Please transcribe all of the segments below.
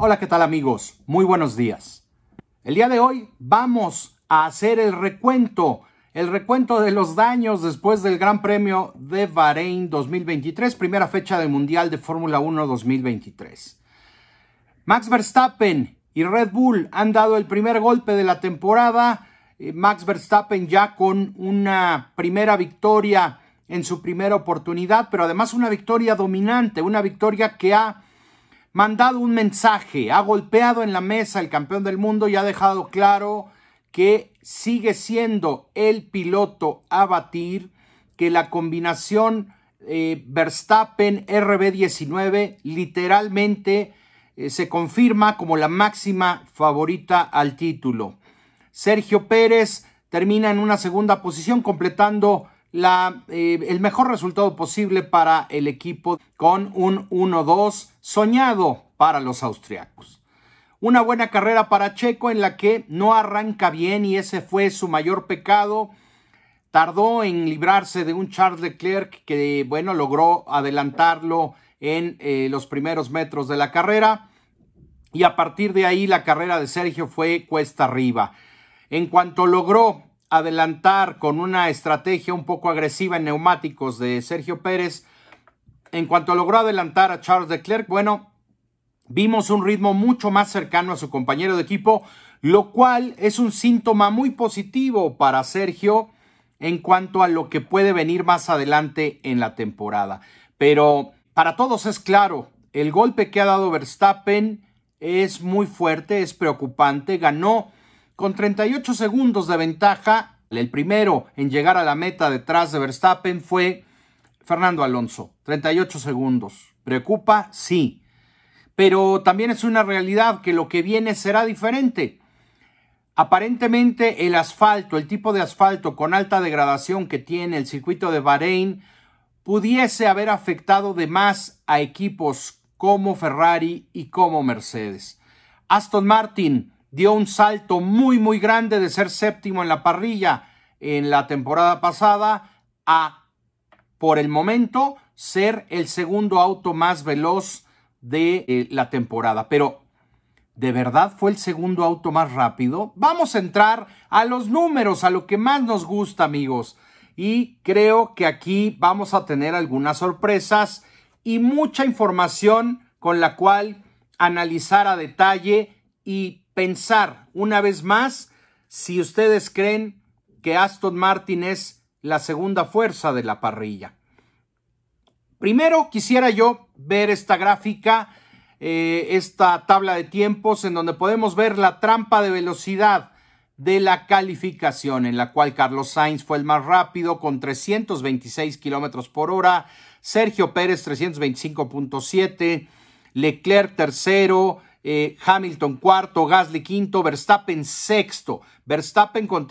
Hola, ¿qué tal amigos? Muy buenos días. El día de hoy vamos a hacer el recuento de los daños después del Gran Premio de Bahrein 2023, primera fecha del Mundial de Fórmula 1 2023. Max Verstappen y Red Bull han dado el primer golpe de la temporada. Max Verstappen ya con una primera victoria en su primera oportunidad, pero además una victoria dominante, una victoria que ha mandado un mensaje, ha golpeado en la mesa el campeón del mundo y ha dejado claro que sigue siendo el piloto a batir, que la combinación Verstappen RB19 literalmente se confirma como la máxima favorita al título. Sergio Pérez termina en una segunda posición, completando el mejor resultado posible para el equipo con un 1-2 soñado para los austriacos. Una buena carrera para Checo en la que no arranca bien y ese fue su mayor pecado. Tardó en librarse de un Charles Leclerc que, bueno, logró adelantarlo en los primeros metros de la carrera y a partir de ahí la carrera de Sergio fue cuesta arriba. En cuanto logró adelantar con una estrategia un poco agresiva en neumáticos de Sergio Pérez, en cuanto logró adelantar a Charles Leclerc, bueno, vimos un ritmo mucho más cercano a su compañero de equipo, lo cual es un síntoma muy positivo para Sergio en cuanto a lo que puede venir más adelante en la temporada. Pero para todos es claro, el golpe que ha dado Verstappen es muy fuerte, es preocupante. Ganó con 38 segundos de ventaja. El primero en llegar a la meta detrás de Verstappen fue Fernando Alonso. 38 segundos. ¿Preocupa? Sí. Pero también es una realidad que lo que viene será diferente. Aparentemente el asfalto, el tipo de asfalto con alta degradación que tiene el circuito de Bahrein, pudiese haber afectado de más a equipos como Ferrari y como Mercedes. Aston Martin dio un salto muy grande de ser séptimo en la parrilla en la temporada pasada a, por el momento, ser el segundo auto más veloz de la temporada. Pero, ¿de verdad fue el segundo auto más rápido? Vamos a entrar a los números, a lo que más nos gusta, amigos. Y creo que aquí vamos a tener algunas sorpresas y mucha información con la cual analizar a detalle y pensar una vez más si ustedes creen que Aston Martin es la segunda fuerza de la parrilla. Primero quisiera yo ver esta gráfica, esta tabla de tiempos en donde podemos ver la trampa de velocidad de la calificación, en la cual Carlos Sainz fue el más rápido con 326 kilómetros por hora, Sergio Pérez 325.7, Leclerc tercero, Hamilton cuarto, Gasly quinto, Verstappen sexto. Verstappen con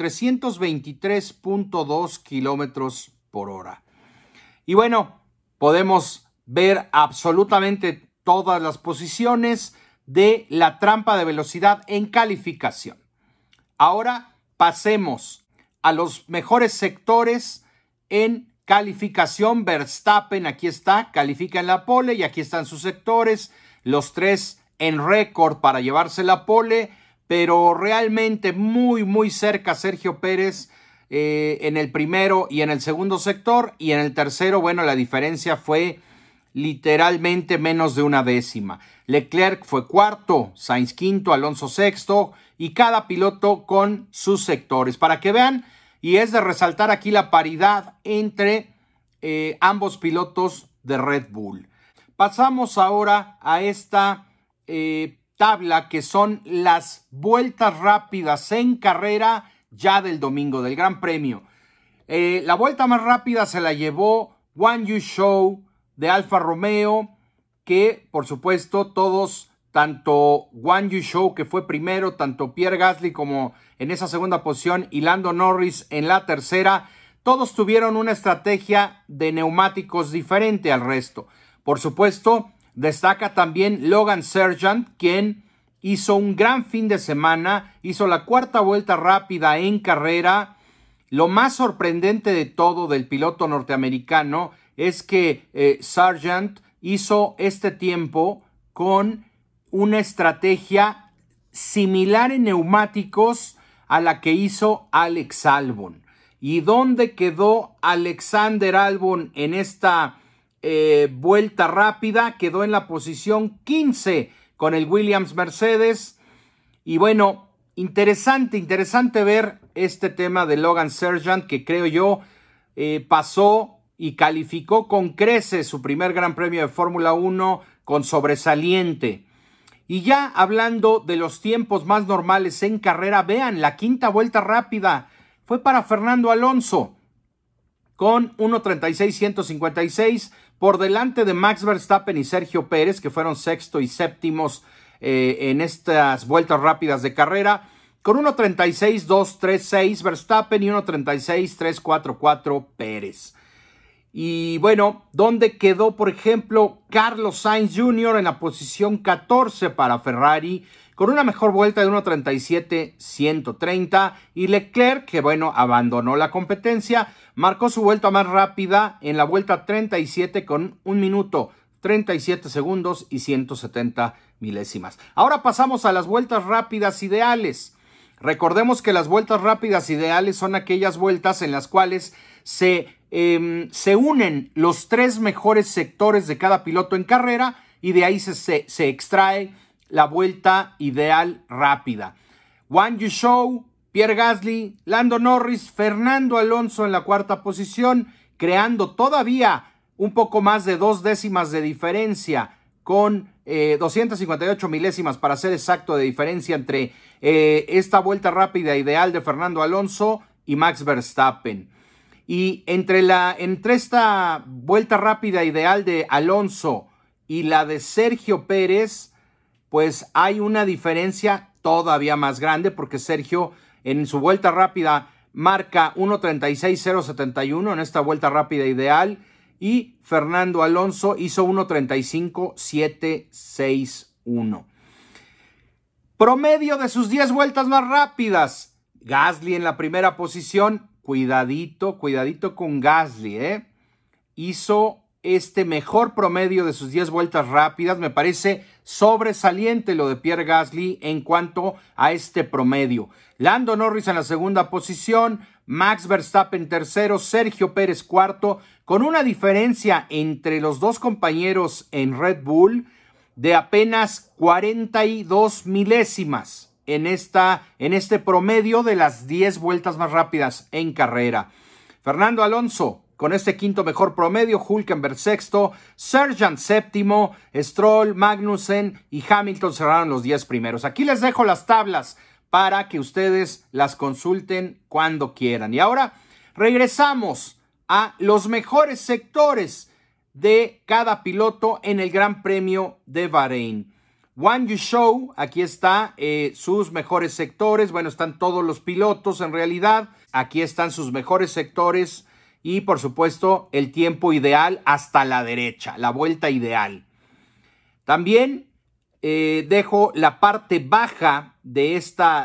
323.2 kilómetros por hora. Y bueno, podemos ver absolutamente todas las posiciones de la trampa de velocidad en calificación. Ahora pasemos a los mejores sectores en calificación. Verstappen, aquí está, califica en la pole y aquí están sus sectores, los tres en récord para llevarse la pole, pero realmente muy cerca Sergio Pérez en el primero y en el segundo sector, y en el tercero, bueno, la diferencia fue literalmente menos de una décima. Leclerc fue cuarto, Sainz quinto, Alonso sexto, y cada piloto con sus sectores. Para que vean, y es de resaltar aquí la paridad entre ambos pilotos de Red Bull. Pasamos ahora a esta tabla que son las vueltas rápidas en carrera ya del domingo, del Gran Premio. La vuelta más rápida se la llevó Guan Yu Zhou de Alfa Romeo, que por supuesto todos, tanto Guan Yu Zhou que fue primero, tanto Pierre Gasly como en esa segunda posición y Lando Norris en la tercera, todos tuvieron una estrategia de neumáticos diferente al resto. Por supuesto, destaca también Logan Sargent, quien hizo un gran fin de semana, hizo la cuarta vuelta rápida en carrera. Lo más sorprendente de todo del piloto norteamericano es que Sargent hizo este tiempo con una estrategia similar en neumáticos a la que hizo Alex Albon. ¿Y dónde quedó Alexander Albon en esta vuelta rápida? Quedó en la posición 15 con el Williams Mercedes. Y bueno, interesante ver este tema de Logan Sargent, que creo yo pasó y calificó con creces su primer Gran Premio de Fórmula 1 con sobresaliente. Y ya hablando de los tiempos más normales en carrera, vean, la quinta vuelta rápida fue para Fernando Alonso con 1:36.156 por delante de Max Verstappen y Sergio Pérez, que fueron sexto y séptimos en estas vueltas rápidas de carrera, con 1:36.236 Verstappen y 1:36.344 Pérez. Y bueno, ¿dónde quedó, por ejemplo, Carlos Sainz Jr. en la posición 14 para Ferrari, con una mejor vuelta de 1:37.130? Y Leclerc, que bueno, abandonó la competencia, marcó su vuelta más rápida en la vuelta 37 con 1 minuto, 37 segundos y 170 milésimas. Ahora pasamos a las vueltas rápidas ideales. Recordemos que las vueltas rápidas ideales son aquellas vueltas en las cuales se unen los 3 mejores sectores de cada piloto en carrera y de ahí se extrae la vuelta ideal rápida. Guan Yu Zhou, Pierre Gasly, Lando Norris, Fernando Alonso en la cuarta posición, creando todavía un poco más de 2 décimas de diferencia, con 258 milésimas para ser exacto de diferencia entre esta vuelta rápida ideal de Fernando Alonso y Max Verstappen. Y entre esta vuelta rápida ideal de Alonso y la de Sergio Pérez, pues hay una diferencia todavía más grande, porque Sergio en su vuelta rápida marca 1:36.071 en esta vuelta rápida ideal, y Fernando Alonso hizo 1:35.761. Promedio de sus 10 vueltas más rápidas. Gasly en la primera posición. Cuidadito con Gasly, hizo este mejor promedio de sus 10 vueltas rápidas. Me parece sobresaliente lo de Pierre Gasly en cuanto a este promedio. Lando Norris en la segunda posición, Max Verstappen tercero, Sergio Pérez cuarto, con una diferencia entre los dos compañeros en Red Bull de apenas 42 milésimas. En este promedio de las 10 vueltas más rápidas en carrera. Fernando Alonso con este quinto mejor promedio, Hülkenberg sexto, Sargent séptimo, Stroll, Magnussen y Hamilton cerraron los 10 primeros. Aquí les dejo las tablas para que ustedes las consulten cuando quieran. Y ahora regresamos a los mejores sectores de cada piloto en el Gran Premio de Bahrein. Guan Yu Zhou, aquí está sus mejores sectores. Bueno, están todos los pilotos en realidad. Aquí están sus mejores sectores y por supuesto el tiempo ideal hasta la derecha, la vuelta ideal. También dejo la parte baja de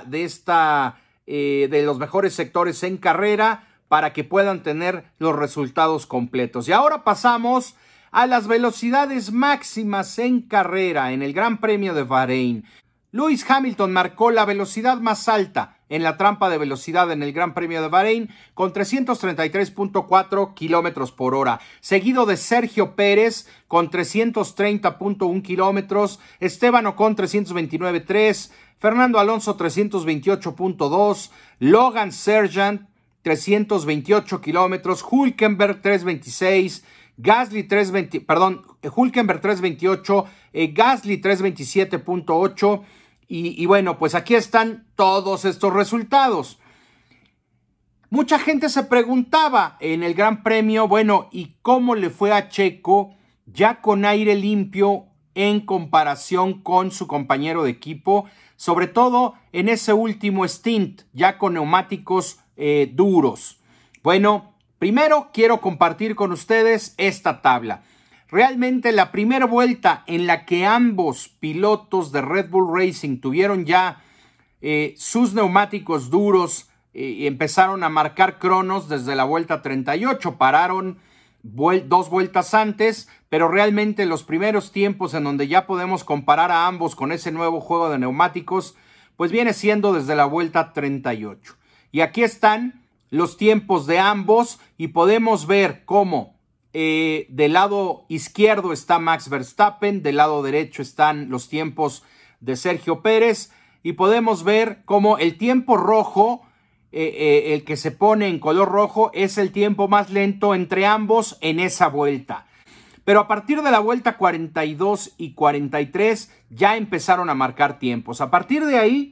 los mejores sectores en carrera para que puedan tener los resultados completos. Y ahora pasamos a las velocidades máximas en carrera en el Gran Premio de Bahrein. Lewis Hamilton marcó la velocidad más alta en la trampa de velocidad en el Gran Premio de Bahrein con 333.4 kilómetros por hora, seguido de Sergio Pérez con 330.1 kilómetros, Esteban Ocon 329.3, Fernando Alonso 328.2, Logan Sargent 328 kilómetros, Hülkenberg 326, Hülkenberg 328, Gasly 327.8 y bueno, pues aquí están todos estos resultados. Mucha gente se preguntaba en el Gran Premio, bueno, ¿y cómo le fue a Checo ya con aire limpio en comparación con su compañero de equipo? Sobre todo en ese último stint, ya con neumáticos duros. Bueno, primero quiero compartir con ustedes esta tabla. Realmente la primera vuelta en la que ambos pilotos de Red Bull Racing tuvieron ya sus neumáticos duros y empezaron a marcar cronos desde la vuelta 38. Pararon 2 vueltas antes, pero realmente los primeros tiempos en donde ya podemos comparar a ambos con ese nuevo juego de neumáticos, pues viene siendo desde la vuelta 38. Y aquí están los tiempos de ambos y podemos ver cómo del lado izquierdo está Max Verstappen, del lado derecho están los tiempos de Sergio Pérez y podemos ver cómo el tiempo rojo, el que se pone en color rojo, es el tiempo más lento entre ambos en esa vuelta. Pero a partir de la vuelta 42 y 43 ya empezaron a marcar tiempos. A partir de ahí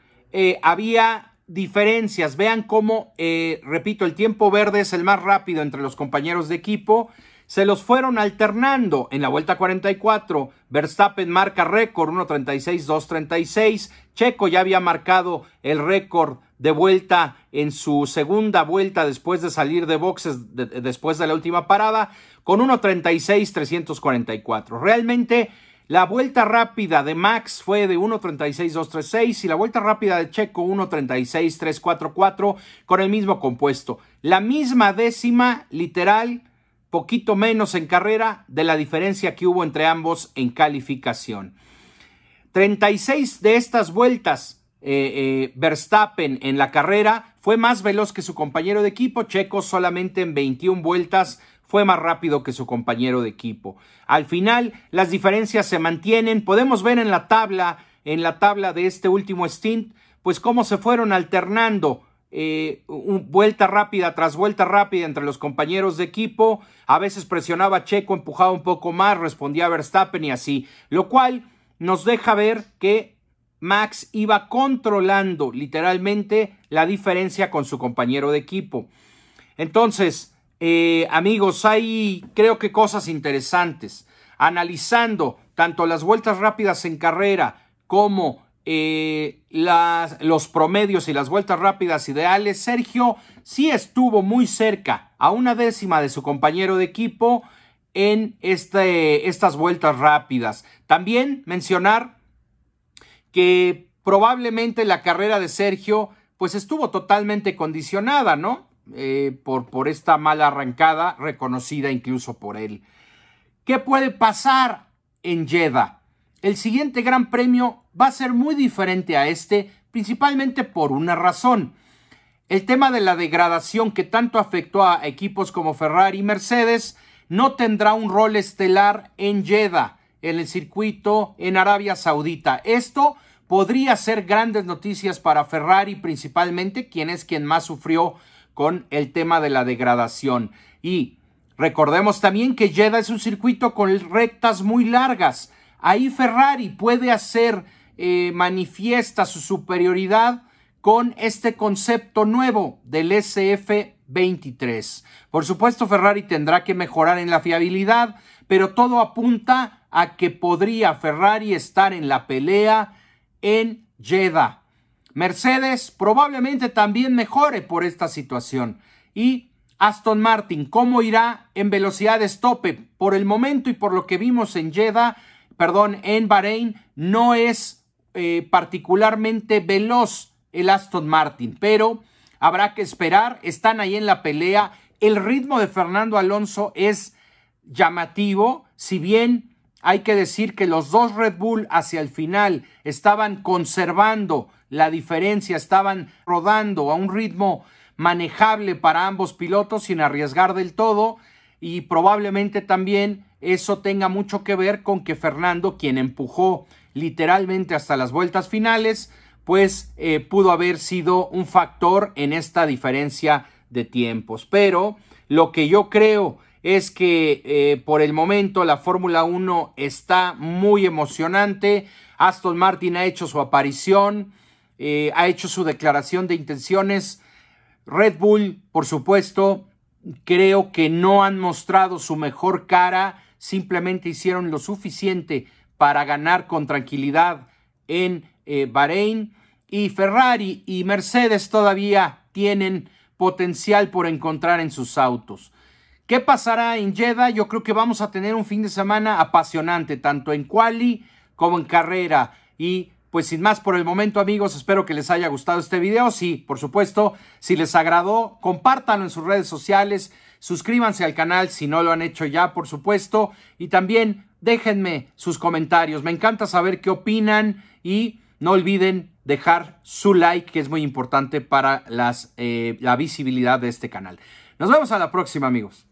había diferencias. Vean cómo, repito, el tiempo verde es el más rápido entre los compañeros de equipo. Se los fueron alternando. En la vuelta 44, Verstappen marca récord 1.36.236. Checo ya había marcado el récord de vuelta en su segunda vuelta después de salir de boxes, después de la última parada, con 1.36.344. Realmente la vuelta rápida de Max fue de 1.36.236 y la vuelta rápida de Checo 1.36.344 con el mismo compuesto. La misma décima, literal, poquito menos en carrera de la diferencia que hubo entre ambos en calificación. 36 de estas vueltas Verstappen en la carrera fue más veloz que su compañero de equipo. Checo solamente en 21 vueltas fue más rápido que su compañero de equipo. Al final las diferencias se mantienen. Podemos ver en la tabla de este último stint, pues cómo se fueron alternando vuelta rápida tras vuelta rápida entre los compañeros de equipo. A veces presionaba Checo, empujaba un poco más, respondía Verstappen y así, lo cual nos deja ver que Max iba controlando literalmente la diferencia con su compañero de equipo. Entonces, amigos, hay creo que cosas interesantes. Analizando tanto las vueltas rápidas en carrera como los promedios y las vueltas rápidas ideales, Sergio sí estuvo muy cerca, a una décima de su compañero de equipo en estas vueltas rápidas. También mencionar que probablemente la carrera de Sergio pues estuvo totalmente condicionada, ¿no? Por esta mala arrancada, reconocida incluso por él. ¿Qué puede pasar en Jeddah? El siguiente Gran Premio va a ser muy diferente a este, principalmente por una razón. El tema de la degradación que tanto afectó a equipos como Ferrari y Mercedes no tendrá un rol estelar en Jeddah, en el circuito en Arabia Saudita. Esto podría ser grandes noticias para Ferrari principalmente, quien más sufrió con el tema de la degradación. Y recordemos también que Jeddah es un circuito con rectas muy largas. Ahí Ferrari puede hacer manifiesta su superioridad con este concepto nuevo del SF23. Por supuesto, Ferrari tendrá que mejorar en la fiabilidad, pero todo apunta a que podría Ferrari estar en la pelea en Jeddah. Mercedes probablemente también mejore por esta situación. Y Aston Martin, ¿cómo irá en velocidades tope? Por el momento y por lo que vimos en en Bahrein, no es particularmente veloz el Aston Martin, pero habrá que esperar. Están ahí en la pelea. El ritmo de Fernando Alonso es llamativo, si bien hay que decir que los dos Red Bull hacia el final estaban conservando la diferencia, estaban rodando a un ritmo manejable para ambos pilotos sin arriesgar del todo, y probablemente también eso tenga mucho que ver con que Fernando, quien empujó literalmente hasta las vueltas finales, pues pudo haber sido un factor en esta diferencia de tiempos. Pero lo que yo creo es que por el momento la Fórmula 1 está muy emocionante. Aston Martin ha hecho su aparición, ha hecho su declaración de intenciones. Red Bull, por supuesto, creo que no han mostrado su mejor cara, simplemente hicieron lo suficiente para ganar con tranquilidad en Bahrein. Y Ferrari y Mercedes todavía tienen potencial por encontrar en sus autos. ¿Qué pasará en Jeddah? Yo creo que vamos a tener un fin de semana apasionante, tanto en quali como en carrera. Y pues sin más por el momento, amigos, espero que les haya gustado este video. Sí, por supuesto, si les agradó, compártanlo en sus redes sociales. Suscríbanse al canal si no lo han hecho ya, por supuesto. Y también déjenme sus comentarios. Me encanta saber qué opinan y no olviden dejar su like, que es muy importante para la visibilidad de este canal. Nos vemos a la próxima, amigos.